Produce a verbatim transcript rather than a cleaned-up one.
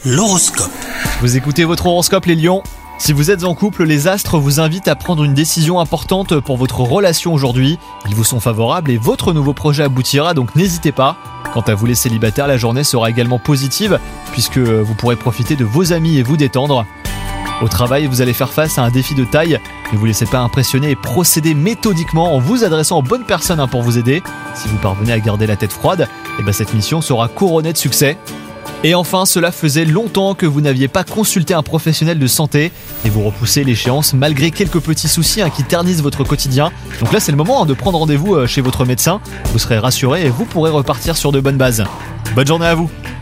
L'horoscope. Vous écoutez votre horoscope les lions. Si vous êtes en couple, les astres vous invitent à prendre une décision importante pour votre relation aujourd'hui. Ils vous sont favorables et votre nouveau projet aboutira, donc n'hésitez pas. Quant à vous les célibataires, la journée sera également positive puisque vous pourrez profiter de vos amis et vous détendre. Au travail, vous allez faire face à un défi de taille. Ne vous laissez pas impressionner et procédez méthodiquement en vous adressant aux bonnes personnes hein, pour vous aider. Si vous parvenez à garder la tête froide, eh ben cette mission sera couronnée de succès. Et enfin, cela faisait longtemps que vous n'aviez pas consulté un professionnel de santé et vous repoussez l'échéance malgré quelques petits soucis hein, qui ternissent votre quotidien. Donc là, c'est le moment hein, de prendre rendez-vous chez votre médecin. Vous serez rassuré et vous pourrez repartir sur de bonnes bases. Bonne journée à vous!